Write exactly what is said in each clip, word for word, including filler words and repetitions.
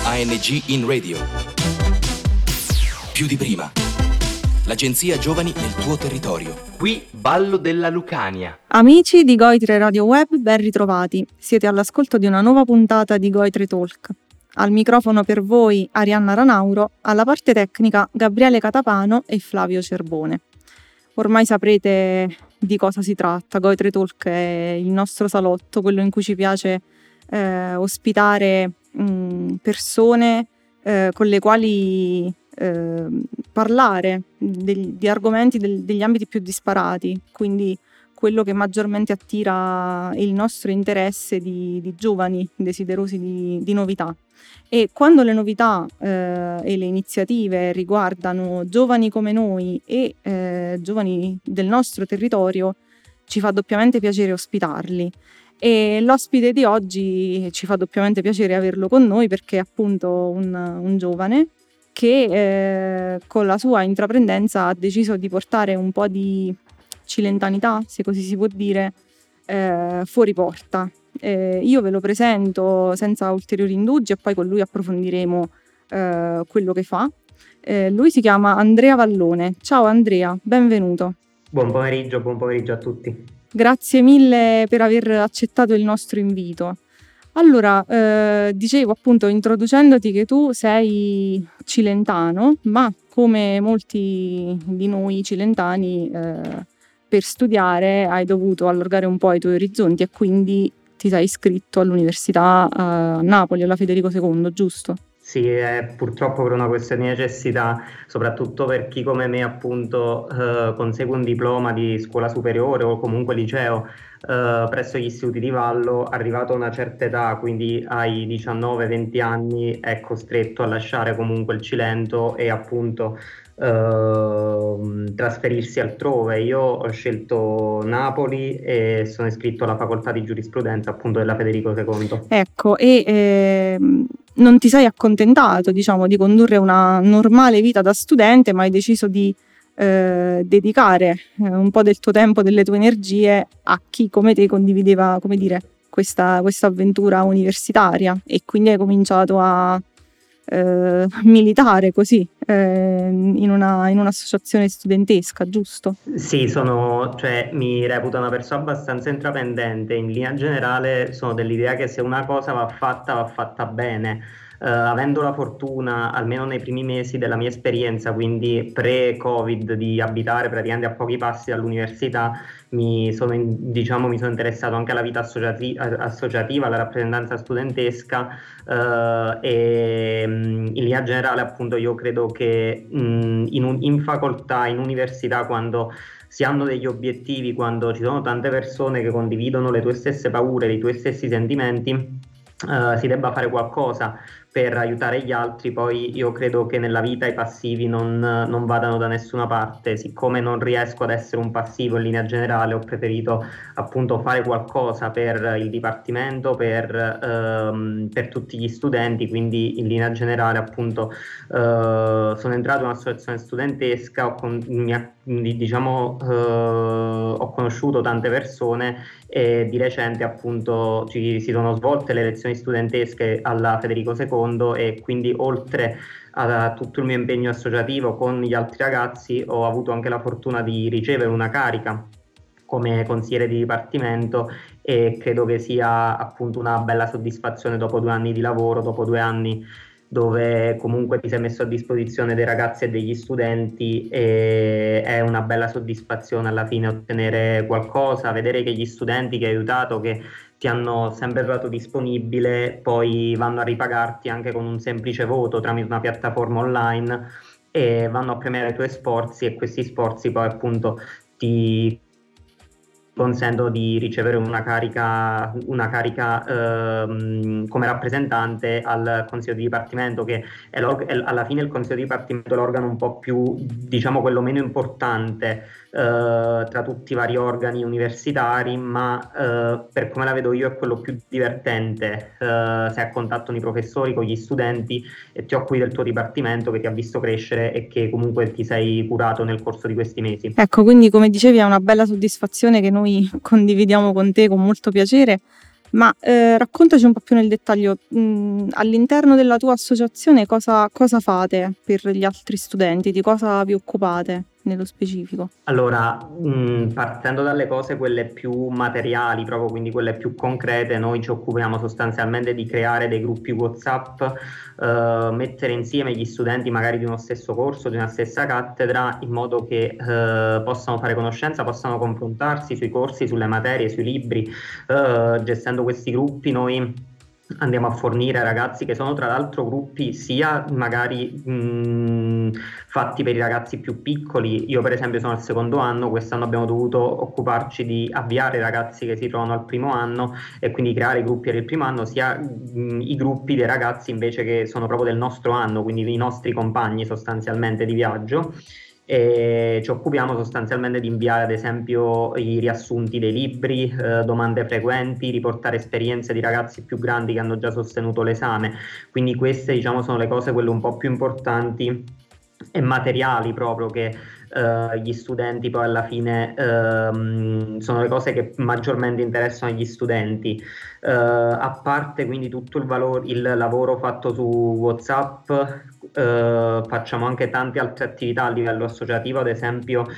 A N G in Radio. Più di prima. L'agenzia Giovani nel tuo territorio. Qui Ballo della Lucania. Amici di Goitre Radio Web, ben ritrovati. Siete all'ascolto di una nuova puntata di Goitre Talk. Al microfono per voi Arianna Ranauro, alla parte tecnica Gabriele Catapano e Flavio Cerbone. Ormai saprete di cosa si tratta. Goitre Talk è il nostro salotto, quello in cui ci piace eh, ospitare mh, persone eh, con le quali eh, parlare degli, di argomenti del, degli ambiti più disparati, quindi quello che maggiormente attira il nostro interesse di, di giovani desiderosi di, di novità. E quando le novità eh, e le iniziative riguardano giovani come noi e eh, giovani del nostro territorio, ci fa doppiamente piacere ospitarli. E l'ospite di oggi ci fa doppiamente piacere averlo con noi perché è appunto un, un giovane che eh, con la sua intraprendenza ha deciso di portare un po' di cilentanità, se così si può dire, eh, fuori porta. Eh, io ve lo presento senza ulteriori indugi e poi con lui approfondiremo eh, quello che fa. Eh, lui si chiama Andrea Vallone. Ciao Andrea, benvenuto. Buon pomeriggio, buon pomeriggio a tutti. Grazie mille per aver accettato il nostro invito. Allora, eh, dicevo appunto introducendoti che tu sei cilentano, ma come molti di noi cilentani eh, per studiare hai dovuto allargare un po' i tuoi orizzonti e quindi ti sei iscritto all'università a Napoli, alla Federico secondo, giusto? Sì, è purtroppo per una questione di necessità, soprattutto per chi come me appunto eh, consegue un diploma di scuola superiore o comunque liceo eh, presso gli istituti di Vallo, arrivato a una certa età, quindi ai diciannove venti anni, è costretto a lasciare comunque il Cilento e appunto Uh, trasferirsi altrove. Io ho scelto Napoli e sono iscritto alla facoltà di giurisprudenza appunto della Federico secondo. Ecco, e eh, non ti sei accontentato, diciamo, di condurre una normale vita da studente, ma hai deciso di eh, dedicare eh, un po' del tuo tempo, delle tue energie a chi come te condivideva, come dire, questa, questa avventura universitaria e quindi hai cominciato a Eh, militare così eh, in, una, in un'associazione studentesca, giusto? Sì, sono, cioè, mi reputo una persona abbastanza intraprendente. In linea generale sono dell'idea che se una cosa va fatta, va fatta bene. Uh, avendo la fortuna, almeno nei primi mesi della mia esperienza, quindi pre-Covid, di abitare praticamente a pochi passi dall'università, mi sono, in, diciamo, mi sono interessato anche alla vita associati- associativa, alla rappresentanza studentesca uh, e in linea generale appunto io credo che mh, in, un, in facoltà, in università, quando si hanno degli obiettivi, quando ci sono tante persone che condividono le tue stesse paure, i tuoi stessi sentimenti, uh, si debba fare qualcosa per aiutare gli altri. Poi io credo che nella vita i passivi non, non vadano da nessuna parte. Siccome non riesco ad essere un passivo in linea generale, ho preferito appunto fare qualcosa per il dipartimento, per, ehm, per tutti gli studenti, quindi in linea generale appunto eh, sono entrato in un'associazione studentesca, ho, con, mi ha, diciamo, eh, ho conosciuto tante persone e di recente appunto ci si sono svolte le lezioni studentesche alla Federico secondo e quindi oltre a tutto il mio impegno associativo con gli altri ragazzi ho avuto anche la fortuna di ricevere una carica come consigliere di dipartimento e credo che sia appunto una bella soddisfazione dopo due anni di lavoro, dopo due anni dove comunque ti sei messo a disposizione dei ragazzi e degli studenti e è una bella soddisfazione alla fine ottenere qualcosa, vedere che gli studenti che hai aiutato, che ti hanno sempre trovato disponibile, poi vanno a ripagarti anche con un semplice voto tramite una piattaforma online e vanno a premiare i tuoi sforzi e questi sforzi poi appunto ti consentono di ricevere una carica, una carica ehm, come rappresentante al Consiglio di Dipartimento, che è, è alla fine il Consiglio di Dipartimento è l'organo un po' più, diciamo, quello meno importante eh, tra tutti i vari organi universitari, ma eh, per come la vedo io è quello più divertente. Eh, sei a contatto con i professori, con gli studenti e ti occupi del tuo dipartimento che ti ha visto crescere e che comunque ti sei curato nel corso di questi mesi. Ecco, quindi come dicevi è una bella soddisfazione che noi condividiamo con te con molto piacere, Ma eh, raccontaci un po' più nel dettaglio, mh, all'interno della tua associazione cosa, cosa fate per gli altri studenti, di cosa vi occupate nello specifico? Allora, mh, partendo dalle cose quelle più materiali, proprio quindi quelle più concrete, noi ci occupiamo sostanzialmente di creare dei gruppi WhatsApp, eh, mettere insieme gli studenti magari di uno stesso corso, di una stessa cattedra, in modo che eh, possano fare conoscenza, possano confrontarsi sui corsi, sulle materie, sui libri. Eh, gestendo questi gruppi noi andiamo a fornire ai ragazzi, che sono tra l'altro gruppi sia magari mh, fatti per i ragazzi più piccoli. Io per esempio sono al secondo anno, quest'anno abbiamo dovuto occuparci di avviare i ragazzi che si trovano al primo anno e quindi creare i gruppi per il primo anno, sia mh, i gruppi dei ragazzi invece che sono proprio del nostro anno, quindi i nostri compagni sostanzialmente di viaggio. E ci occupiamo sostanzialmente di inviare ad esempio i riassunti dei libri, eh, domande frequenti, riportare esperienze di ragazzi più grandi che hanno già sostenuto l'esame. Quindi queste, diciamo, sono le cose quelle un po' più importanti e materiali proprio che eh, gli studenti poi alla fine ehm, sono le cose che maggiormente interessano gli studenti. Eh, a parte quindi tutto il, valor- il lavoro fatto su WhatsApp, eh, facciamo anche tante altre attività a livello associativo, ad esempio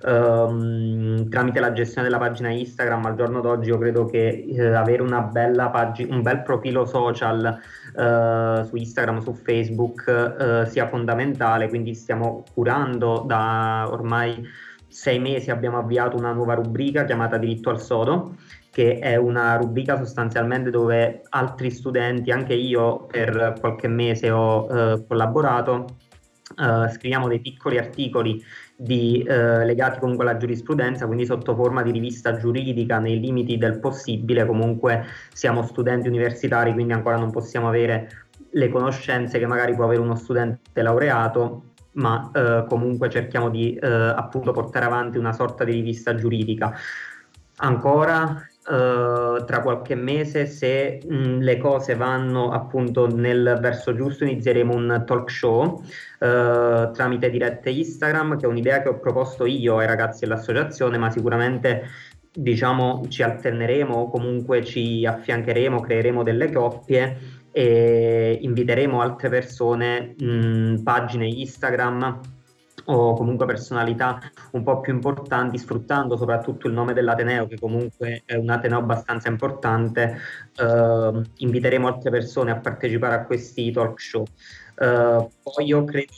ehm, tramite la gestione della pagina Instagram. Al giorno d'oggi io credo che eh, avere una bella pagina, un bel profilo social eh, su Instagram, su Facebook eh, sia fondamentale, quindi stiamo curando da ormai sei mesi, abbiamo avviato una nuova rubrica chiamata Diritto al Sodo, che è una rubrica sostanzialmente dove altri studenti, anche io per qualche mese ho eh, collaborato, eh, scriviamo dei piccoli articoli di, eh, legati comunque alla giurisprudenza, quindi sotto forma di rivista giuridica nei limiti del possibile. Comunque siamo studenti universitari, quindi ancora non possiamo avere le conoscenze che magari può avere uno studente laureato, ma eh, comunque cerchiamo di eh, appunto portare avanti una sorta di rivista giuridica. Ancora eh, tra qualche mese, se mh, le cose vanno appunto nel verso giusto, inizieremo un talk show eh, tramite dirette Instagram, che è un'idea che ho proposto io ai ragazzi dell'associazione, ma sicuramente diciamo ci alterneremo o comunque ci affiancheremo, creeremo delle coppie e inviteremo altre persone, mh, pagine Instagram o comunque personalità un po' più importanti, sfruttando soprattutto il nome dell'Ateneo, che comunque è un Ateneo abbastanza importante. Eh, inviteremo altre persone a partecipare a questi talk show. Eh, poi io credo,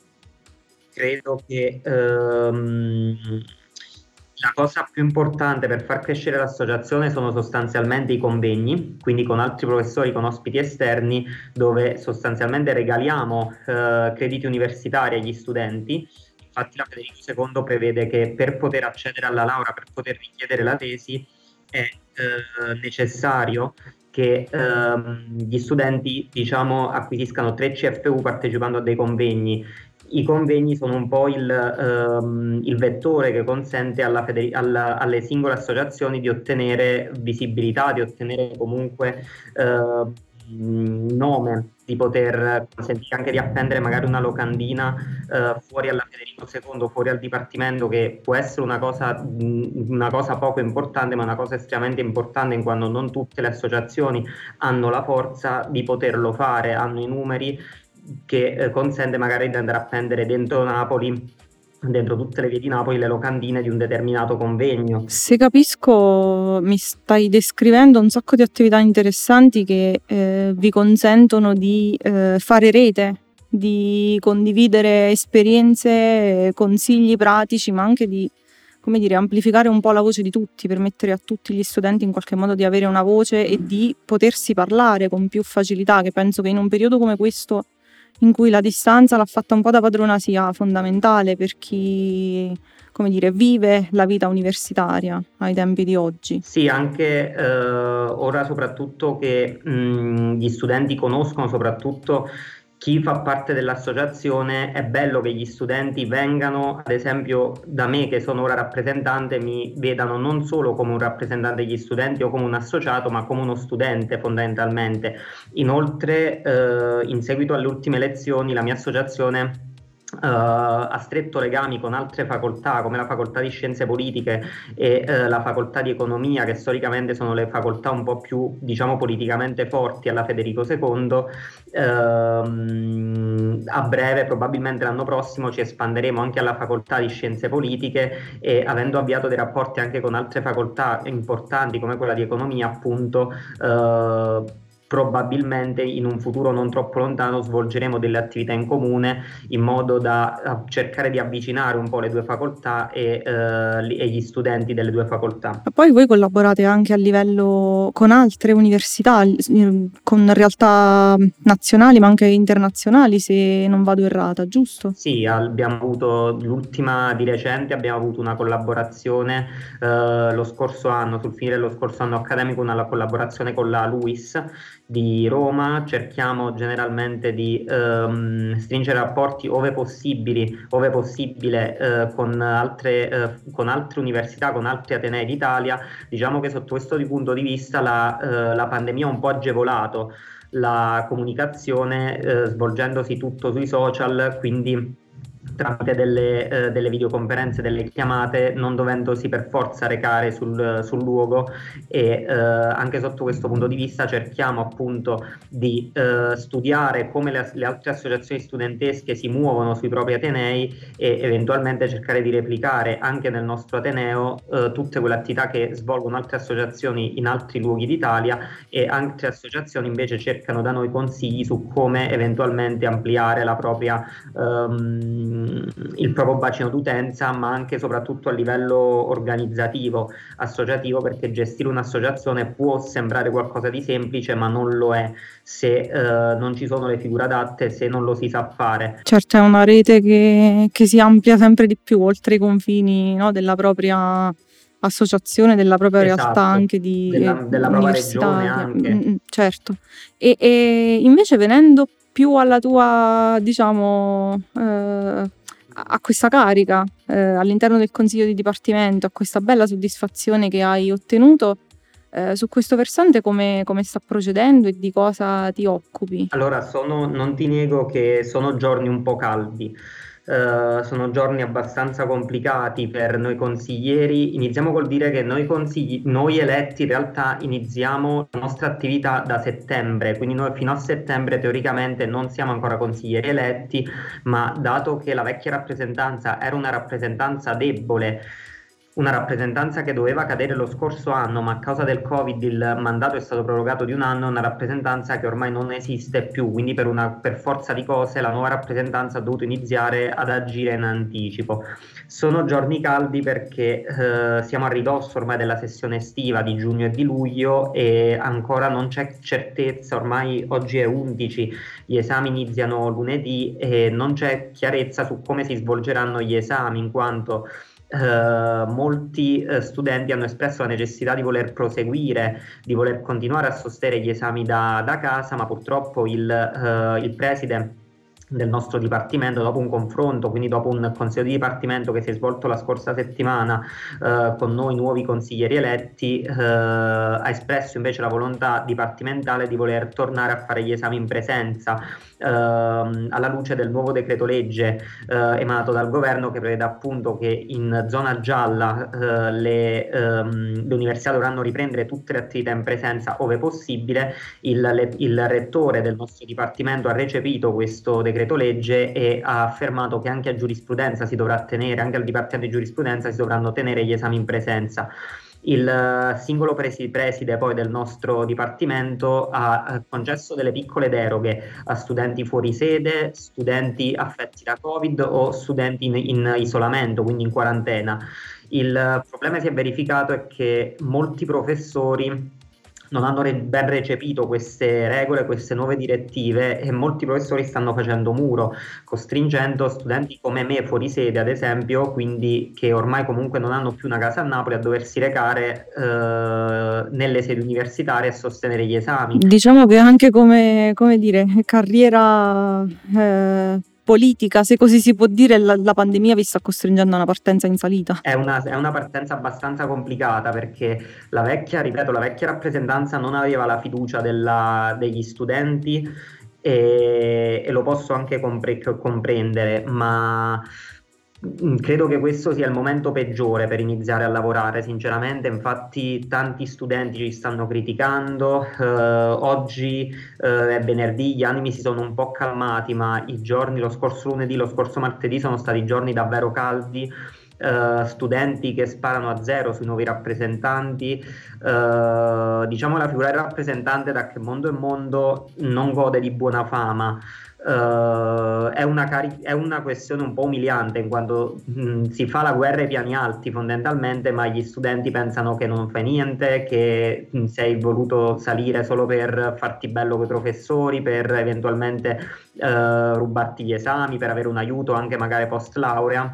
credo che ehm, la cosa più importante per far crescere l'associazione sono sostanzialmente i convegni, quindi con altri professori, con ospiti esterni, dove sostanzialmente regaliamo eh, crediti universitari agli studenti. Infatti la Federico secondo prevede che per poter accedere alla laurea, per poter richiedere la tesi, è eh, necessario che ehm, gli studenti, diciamo, acquisiscano tre C F U partecipando a dei convegni. I convegni sono un po' il, ehm, il vettore che consente alla federi- alla- alle singole associazioni di ottenere visibilità, di ottenere comunque eh, nome, di poter consentire anche di appendere magari una locandina eh, fuori alla Federico secondo, fuori al Dipartimento, che può essere una cosa, mh, una cosa poco importante, ma una cosa estremamente importante, in quanto non tutte le associazioni hanno la forza di poterlo fare, hanno i numeri che eh, consente magari di andare a prendere dentro Napoli, dentro tutte le vie di Napoli, le locandine di un determinato convegno. Se capisco, mi stai descrivendo un sacco di attività interessanti che eh, vi consentono di eh, fare rete, di condividere esperienze, consigli pratici, ma anche di, come dire, amplificare un po' la voce di tutti, permettere a tutti gli studenti in qualche modo di avere una voce e di potersi parlare con più facilità, che penso che in un periodo come questo, in cui la distanza l'ha fatta un po' da padrona, sia fondamentale per chi, come dire, vive la vita universitaria ai tempi di oggi. Sì, anche eh, ora soprattutto che mh, gli studenti conoscono soprattutto chi fa parte dell'associazione, è bello che gli studenti vengano, ad esempio da me che sono ora rappresentante, mi vedano non solo come un rappresentante degli studenti o come un associato, ma come uno studente fondamentalmente. Inoltre, eh, in seguito alle ultime elezioni, la mia associazione Uh, ha stretto legami con altre facoltà come la facoltà di scienze politiche e uh, la facoltà di economia, che storicamente sono le facoltà un po' più, diciamo, politicamente forti alla Federico secondo. Uh, a breve, probabilmente l'anno prossimo, ci espanderemo anche alla facoltà di scienze politiche, e avendo avviato dei rapporti anche con altre facoltà importanti come quella di economia, appunto, uh, probabilmente in un futuro non troppo lontano svolgeremo delle attività in comune, in modo da cercare di avvicinare un po' le due facoltà e, eh, e gli studenti delle due facoltà. Ma poi voi collaborate anche a livello con altre università, con realtà nazionali ma anche internazionali, se non vado errata, giusto? Sì, abbiamo avuto l'ultima di recente, abbiamo avuto una collaborazione eh, lo scorso anno, sul finire dello scorso anno accademico, una collaborazione con la LUISS di Roma. Cerchiamo generalmente di ehm, stringere rapporti ove possibili, ove possibile eh, con altre, eh, con altre università, con altri atenei d'Italia. Diciamo che sotto questo punto di vista la, eh, la pandemia ha un po' agevolato la comunicazione, eh, svolgendosi tutto sui social, quindi tramite delle, eh, delle videoconferenze, delle chiamate, non dovendosi per forza recare sul, sul luogo, e eh, anche sotto questo punto di vista cerchiamo appunto di eh, studiare come le, le altre associazioni studentesche si muovono sui propri atenei, e eventualmente cercare di replicare anche nel nostro ateneo eh, tutte quelle attività che svolgono altre associazioni in altri luoghi d'Italia, e altre associazioni invece cercano da noi consigli su come eventualmente ampliare la propria ehm, il proprio bacino d'utenza, ma anche e soprattutto a livello organizzativo, associativo, perché gestire un'associazione può sembrare qualcosa di semplice, ma non lo è se eh, non ci sono le figure adatte, se non lo si sa fare. Certo, è una rete che, che si amplia sempre di più oltre i confini, no, della propria associazione, della propria Esatto, realtà anche di della, della propria regione anche. Mm, certo. E, e invece venendo più alla tua, diciamo, eh, a questa carica eh, all'interno del consiglio di dipartimento, a questa bella soddisfazione che hai ottenuto, eh, su questo versante come, come sta procedendo e di cosa ti occupi? Allora, sono, non ti nego che sono giorni un po' caldi. Uh, sono giorni abbastanza complicati per noi consiglieri. Iniziamo col dire che noi consigli, noi eletti in realtà iniziamo la nostra attività da settembre, quindi noi fino a settembre teoricamente non siamo ancora consiglieri eletti, ma dato che la vecchia rappresentanza era una rappresentanza debole, una rappresentanza che doveva cadere lo scorso anno, ma a causa del Covid il mandato è stato prorogato di un anno, è una rappresentanza che ormai non esiste più, quindi per, una, per forza di cose la nuova rappresentanza ha dovuto iniziare ad agire in anticipo. Sono giorni caldi perché eh, siamo a ridosso ormai della sessione estiva di giugno e di luglio, e ancora non c'è certezza. Ormai oggi è undici, gli esami iniziano lunedì e non c'è chiarezza su come si svolgeranno gli esami, in quanto Uh, molti uh, studenti hanno espresso la necessità di voler proseguire, di voler continuare a sostenere gli esami da, da casa, ma purtroppo il, uh, il preside del nostro dipartimento, dopo un confronto, quindi dopo un consiglio di dipartimento che si è svolto la scorsa settimana eh, con noi nuovi consiglieri eletti, eh, ha espresso invece la volontà dipartimentale di voler tornare a fare gli esami in presenza, eh, alla luce del nuovo decreto legge eh, emanato dal governo, che prevede appunto che in zona gialla eh, le, ehm, le università dovranno riprendere tutte le attività in presenza ove possibile. Il, le, il rettore del nostro dipartimento ha recepito questo decreto legge e ha affermato che anche a giurisprudenza si dovrà tenere, anche al Dipartimento di Giurisprudenza si dovranno tenere gli esami in presenza. Il singolo presi, preside poi del nostro dipartimento ha concesso delle piccole deroghe a studenti fuori sede, studenti affetti da Covid o studenti in, in isolamento, quindi in quarantena. Il problema che si è verificato è che molti professori non hanno re- ben recepito queste regole, queste nuove direttive, e molti professori stanno facendo muro, costringendo studenti come me fuori sede, ad esempio, quindi che ormai comunque non hanno più una casa a Napoli, a doversi recare eh, nelle sedi universitarie a sostenere gli esami. Diciamo che anche come, come dire, carriera eh, politica, se così si può dire, la, la pandemia vi sta costringendo a una partenza in salita. È una, è una partenza abbastanza complicata, perché la vecchia, ripeto, la vecchia rappresentanza non aveva la fiducia della, degli studenti, e, e lo posso anche compre- comprendere, ma mm, credo che questo sia il momento peggiore per iniziare a lavorare, sinceramente. Infatti tanti studenti ci stanno criticando, eh, oggi eh, è venerdì, gli animi si sono un po' calmati, ma i giorni, lo scorso lunedì, lo scorso martedì sono stati giorni davvero caldi. Uh, studenti che sparano a zero sui nuovi rappresentanti. Uh, diciamo la figura del rappresentante, da che mondo è mondo, non gode di buona fama. Uh, è, una cari- è una questione un po' umiliante, in quanto mh, si fa la guerra ai piani alti fondamentalmente, ma gli studenti pensano che non fai niente, che mh, sei voluto salire solo per farti bello con i professori, per eventualmente uh, rubarti gli esami, per avere un aiuto anche magari post laurea.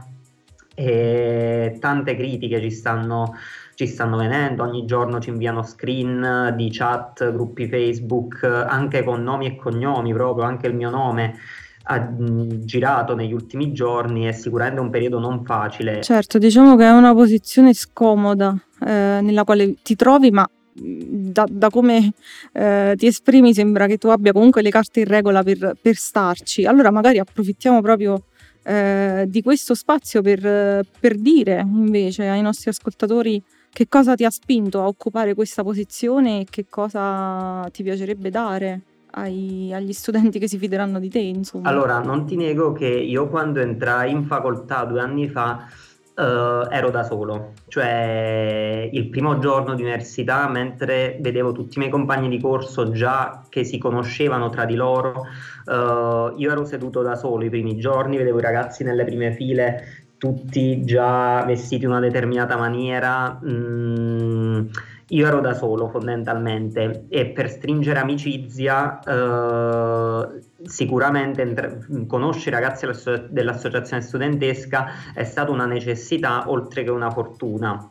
E tante critiche ci stanno, ci stanno venendo, ogni giorno ci inviano screen di chat, gruppi Facebook, anche con nomi e cognomi, proprio anche il mio nome ha mh, girato negli ultimi giorni. È sicuramente un periodo non facile. Certo, diciamo che è una posizione scomoda eh, nella quale ti trovi, ma mh, da, da come eh, ti esprimi sembra che tu abbia comunque le carte in regola per, per starci. Allora magari approfittiamo proprio eh, di questo spazio per, per dire invece ai nostri ascoltatori che cosa ti ha spinto a occupare questa posizione e che cosa ti piacerebbe dare ai- agli studenti che si fideranno di te, insomma. Allora, non ti nego che io quando entrai in facoltà due anni fa eh, ero da solo, cioè il primo giorno di università, mentre vedevo tutti i miei compagni di corso già che si conoscevano tra di loro, eh, io ero seduto da solo i primi giorni, vedevo i ragazzi nelle prime file, tutti già vestiti in una determinata maniera. mm, io ero da solo fondamentalmente, e per stringere amicizia eh, sicuramente entra- conoscere i ragazzi dell'asso- dell'associazione studentesca è stata una necessità oltre che una fortuna.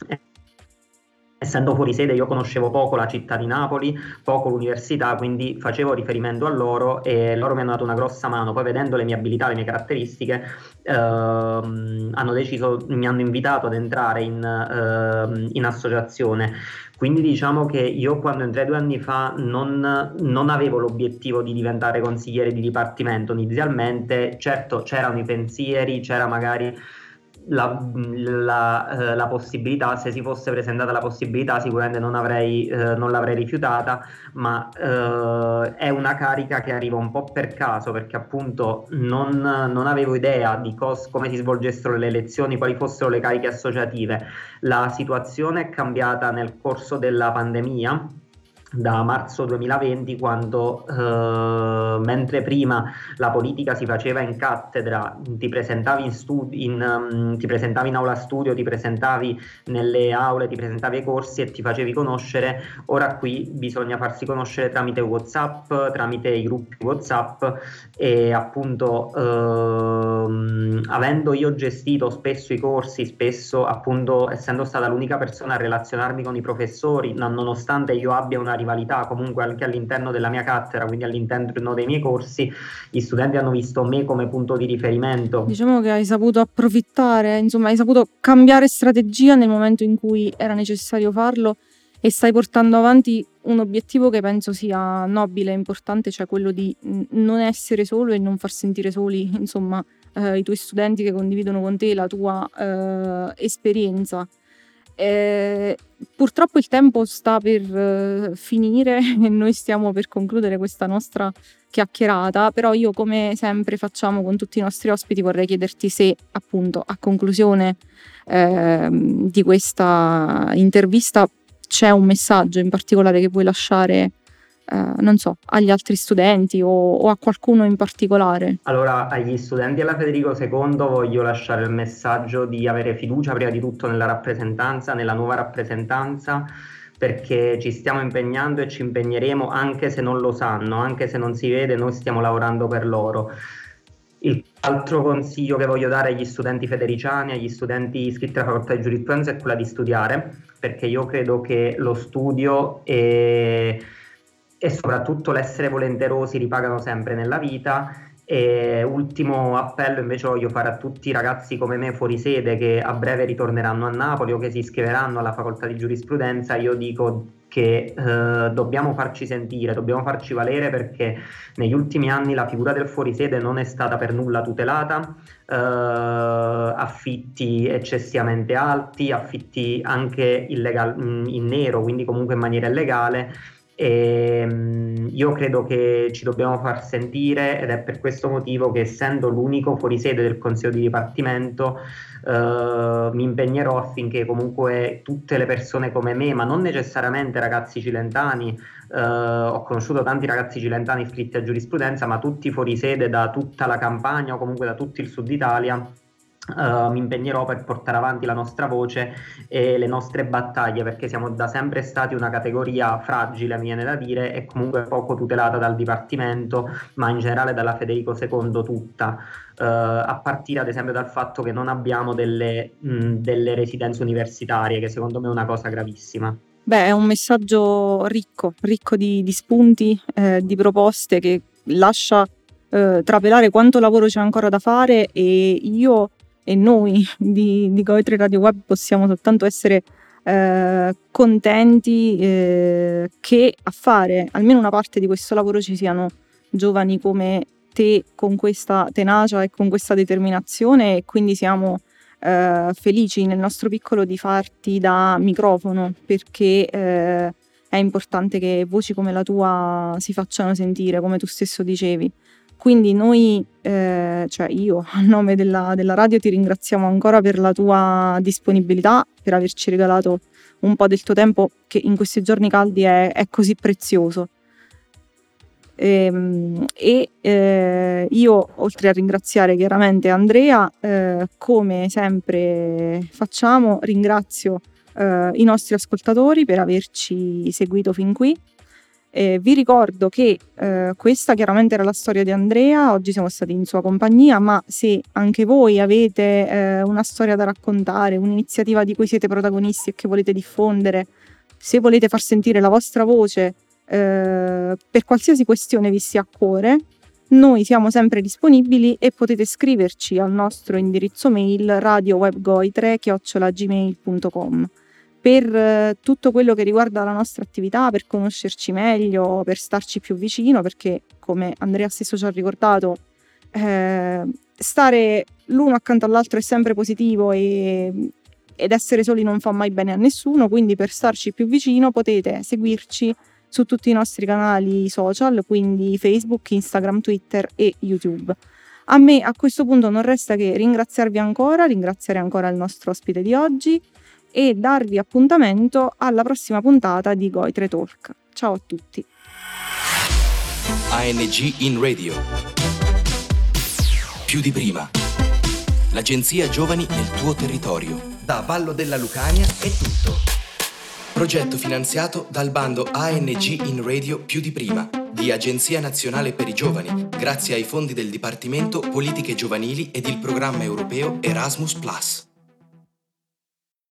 Essendo fuori sede io conoscevo poco la città di Napoli, poco l'università, quindi facevo riferimento a loro e loro mi hanno dato una grossa mano. Poi vedendo le mie abilità, le mie caratteristiche, ehm, hanno deciso, mi hanno invitato ad entrare in, ehm, in associazione. Quindi diciamo che io quando entrai due anni fa non, non avevo l'obiettivo di diventare consigliere di dipartimento inizialmente. Certo, c'erano i pensieri, c'era magari la, la, eh, la possibilità, se si fosse presentata la possibilità sicuramente non avrei, eh, non l'avrei rifiutata, ma eh, è una carica che arriva un po' per caso, perché appunto non, non avevo idea di cos- come si svolgessero le elezioni, quali fossero le cariche associative. La situazione è cambiata nel corso della pandemia, da marzo duemilaventi, quando eh, mentre prima la politica si faceva in cattedra, ti presentavi in, studi- in, um, ti presentavi in aula studio, ti presentavi nelle aule, ti presentavi ai corsi e ti facevi conoscere. Ora qui bisogna farsi conoscere tramite WhatsApp, tramite i gruppi WhatsApp, e appunto ehm, avendo io gestito spesso i corsi, spesso appunto essendo stata l'unica persona a relazionarmi con i professori, non- nonostante io abbia una rivalità comunque anche all'interno della mia cattedra, quindi all'interno dei miei corsi, gli studenti hanno visto me come punto di riferimento. Diciamo che hai saputo approfittare, insomma, hai saputo cambiare strategia nel momento in cui era necessario farlo e stai portando avanti un obiettivo che penso sia nobile e importante, cioè quello di mm, non essere solo e non far sentire soli, insomma, eh, i tuoi studenti che condividono con te la tua eh, esperienza. Eh, purtroppo il tempo sta per eh, finire e noi stiamo per concludere questa nostra chiacchierata, però io come sempre facciamo con tutti i nostri ospiti vorrei chiederti se appunto a conclusione ehm, di questa intervista c'è un messaggio in particolare che vuoi lasciare, eh, non so, agli altri studenti o, o a qualcuno in particolare. Allora, agli studenti alla Federico secondo voglio lasciare il messaggio di avere fiducia prima di tutto nella rappresentanza, nella nuova rappresentanza, perché ci stiamo impegnando e ci impegneremo anche se non lo sanno, anche se non si vede, noi stiamo lavorando per loro. Il altro consiglio che voglio dare agli studenti federiciani, agli studenti iscritti alla facoltà di giurisprudenza, è quella di studiare, perché io credo che lo studio e, e soprattutto l'essere volenterosi ripagano sempre nella vita. E ultimo appello invece voglio fare a tutti i ragazzi come me fuori sede che a breve ritorneranno a Napoli o che si iscriveranno alla facoltà di giurisprudenza. Io dico che eh, dobbiamo farci sentire, dobbiamo farci valere, perché negli ultimi anni la figura del fuorisede non è stata per nulla tutelata, eh, affitti eccessivamente alti, affitti anche illegal- in nero, quindi comunque in maniera illegale. E, mh, io credo che ci dobbiamo far sentire, ed è per questo motivo che, essendo l'unico fuorisede del Consiglio di Dipartimento, eh, mi impegnerò affinché comunque tutte le persone come me, ma non necessariamente ragazzi cilentani, eh, ho conosciuto tanti ragazzi cilentani iscritti a giurisprudenza, ma tutti fuorisede da tutta la Campania o comunque da tutto il sud Italia. Uh, mi impegnerò per portare avanti la nostra voce e le nostre battaglie, perché siamo da sempre stati una categoria fragile, mi viene da dire, e comunque poco tutelata dal Dipartimento, ma in generale dalla Federico secondo tutta, uh, a partire ad esempio dal fatto che non abbiamo delle, mh, delle residenze universitarie, che secondo me è una cosa gravissima. Beh, è un messaggio ricco, ricco di, di spunti, eh, di proposte, che lascia eh, trapelare quanto lavoro c'è ancora da fare, e io e noi di, di Goitre Radio Web possiamo soltanto essere eh, contenti eh, che a fare almeno una parte di questo lavoro ci siano giovani come te, con questa tenacia e con questa determinazione, e quindi siamo eh, felici nel nostro piccolo di farti da microfono, perché eh, è importante che voci come la tua si facciano sentire, come tu stesso dicevi. Quindi noi, eh, cioè io, a nome della, della radio, ti ringraziamo ancora per la tua disponibilità, per averci regalato un po' del tuo tempo, che in questi giorni caldi è, è così prezioso. E, e eh, io, oltre a ringraziare chiaramente Andrea, eh, come sempre facciamo, ringrazio eh, i nostri ascoltatori per averci seguito fin qui. Eh, vi ricordo che eh, questa chiaramente era la storia di Andrea, oggi siamo stati in sua compagnia, ma se anche voi avete eh, una storia da raccontare, un'iniziativa di cui siete protagonisti e che volete diffondere, se volete far sentire la vostra voce eh, per qualsiasi questione vi stia a cuore, noi siamo sempre disponibili e potete scriverci al nostro indirizzo mail radiowebgoitre chiocciola gmail punto com. Per eh, tutto quello che riguarda la nostra attività, per conoscerci meglio, per starci più vicino, perché come Andrea stesso ci ha ricordato, eh, stare l'uno accanto all'altro è sempre positivo, e, ed essere soli non fa mai bene a nessuno. Quindi per starci più vicino potete seguirci su tutti i nostri canali social, quindi Facebook, Instagram, Twitter e YouTube. A me a questo punto non resta che ringraziarvi ancora, ringraziare ancora il nostro ospite di oggi e darvi appuntamento alla prossima puntata di Goitre Talk. Ciao a tutti. A N G in Radio. Più di prima. L'agenzia Giovani nel tuo territorio. Da Vallo della Lucania è tutto. Progetto finanziato dal bando A N G in Radio Più di prima di Agenzia Nazionale per i Giovani, grazie ai fondi del Dipartimento Politiche Giovanili ed il programma europeo Erasmus Plus.